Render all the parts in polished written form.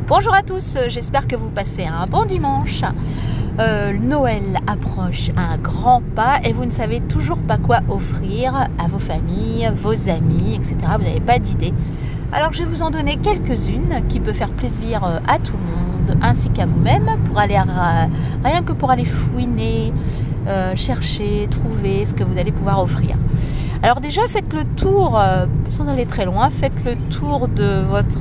Bonjour à tous, j'espère que vous passez un bon dimanche. Noël approche à un grand pas et vous ne savez toujours pas quoi offrir à vos familles, vos amis, etc. Vous n'avez pas d'idée. Alors je vais vous en donner quelques-unes qui peuvent faire plaisir à tout le monde ainsi qu'à vous-même pour aller rien que pour aller fouiner, chercher, trouver ce que vous allez pouvoir offrir. Alors déjà faites le tour, sans aller très loin, faites le tour de votre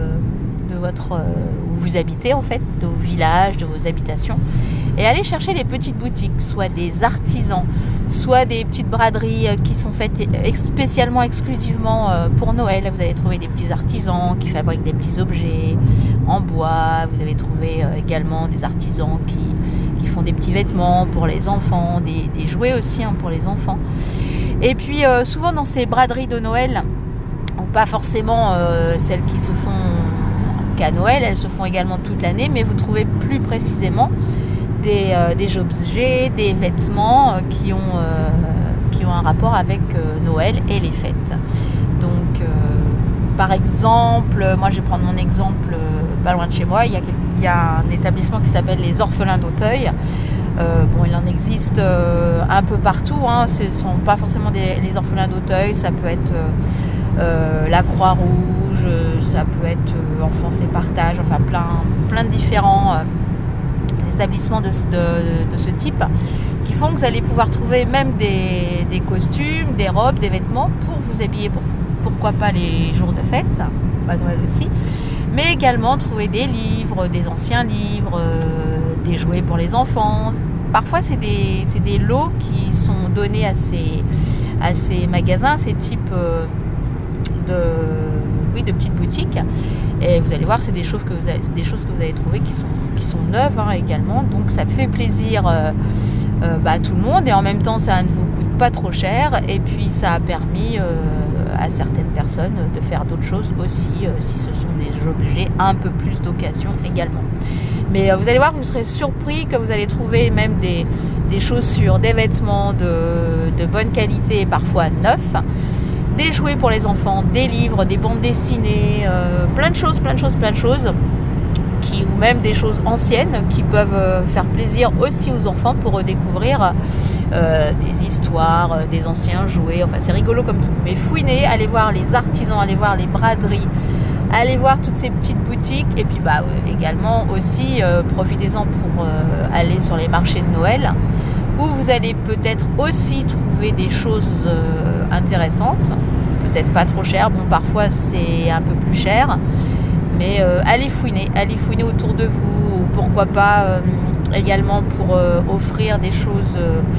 où vous habitez en fait, de vos villages, de vos habitations, et allez chercher les petites boutiques, soit des artisans, soit des petites braderies qui sont faites spécialement, exclusivement pour Noël. Vous allez trouver des petits artisans qui fabriquent des petits objets en bois. Vous allez trouver également des artisans qui font des petits vêtements pour les enfants, des jouets aussi pour les enfants. Et puis souvent dans ces braderies de Noël, ou pas forcément celles qui se font qu'à Noël, elles se font également toute l'année, mais vous trouvez plus précisément des objets, des vêtements qui ont un rapport avec Noël et les fêtes. Donc par exemple, moi je vais prendre mon exemple pas loin de chez moi, il y a un établissement qui s'appelle les Orphelins d'Auteuil. Bon, il en existe un peu partout, hein. Ce ne sont pas forcément les Orphelins d'Auteuil, ça peut être la Croix-Rouge, ça peut être Enfance et Partage, enfin plein de différents établissements de ce type qui font que vous allez pouvoir trouver même des costumes, des robes, des vêtements pour vous habiller, pourquoi pas les jours de fête, pas Noël aussi, mais également trouver des livres, des anciens livres, des jouets pour les enfants. Parfois c'est des lots qui sont donnés à ces magasins, ces types de petites boutiques, et vous allez voir, c'est des choses que vous allez trouver qui sont neuves également, donc ça fait plaisir à tout le monde, et en même temps ça ne vous coûte pas trop cher, et puis ça a permis à certaines personnes de faire d'autres choses aussi, si ce sont des objets un peu plus d'occasion également. Mais vous allez voir, vous serez surpris que vous allez trouver même des chaussures, des vêtements de bonne qualité et parfois neufs, des jouets pour les enfants, des livres, des bandes dessinées, plein de choses, ou même des choses anciennes qui peuvent faire plaisir aussi aux enfants pour redécouvrir des histoires, des anciens jouets. Enfin, c'est rigolo comme tout. Mais fouinez, allez voir les artisans, allez voir les braderies, allez voir toutes ces petites boutiques, et puis également aussi profitez-en pour aller sur les marchés de Noël, où vous allez peut-être aussi trouver des choses intéressantes, peut-être pas trop chères. Bon, parfois c'est un peu plus cher, mais allez fouiner autour de vous, ou pourquoi pas également pour offrir des choses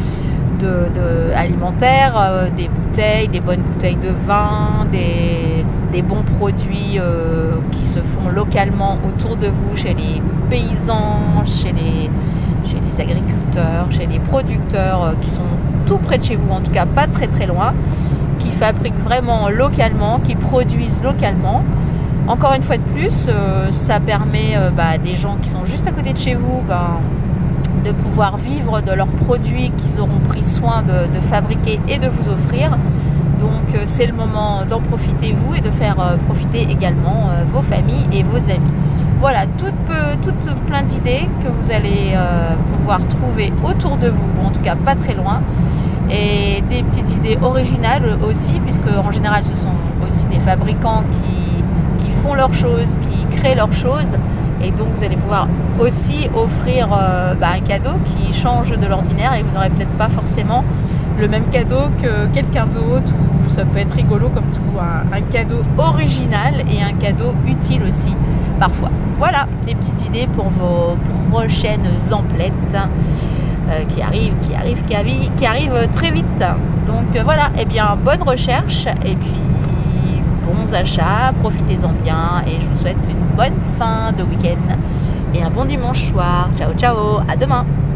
alimentaires, des bouteilles, des bonnes bouteilles de vin, des bons produits qui se font localement autour de vous, chez les paysans, chez les agriculteurs, chez les producteurs qui sont tout près de chez vous, en tout cas pas très très loin, qui fabriquent vraiment localement, qui produisent localement. Encore une fois de plus, ça permet à des gens qui sont juste à côté de chez vous de pouvoir vivre de leurs produits qu'ils auront pris soin de fabriquer et de vous offrir. Donc c'est le moment d'en profiter vous, et de faire profiter également vos familles et vos amis. Voilà, toutes plein d'idées que vous allez pouvoir trouver autour de vous, ou en tout cas pas très loin, et des petites idées originales aussi, puisque en général ce sont aussi des fabricants qui font leurs choses, qui créent leurs choses, et donc vous allez pouvoir aussi offrir un cadeau qui change de l'ordinaire, et vous n'aurez peut-être pas forcément le même cadeau que quelqu'un d'autre, ou ça peut être rigolo comme tout, un cadeau original et un cadeau utile aussi parfois. Voilà, des petites idées pour vos prochaines emplettes qui arrivent très vite. Donc voilà, et bien bonne recherche, et puis bons achats, profitez-en bien, et je vous souhaite une bonne fin de week-end et un bon dimanche soir. Ciao ciao, à demain.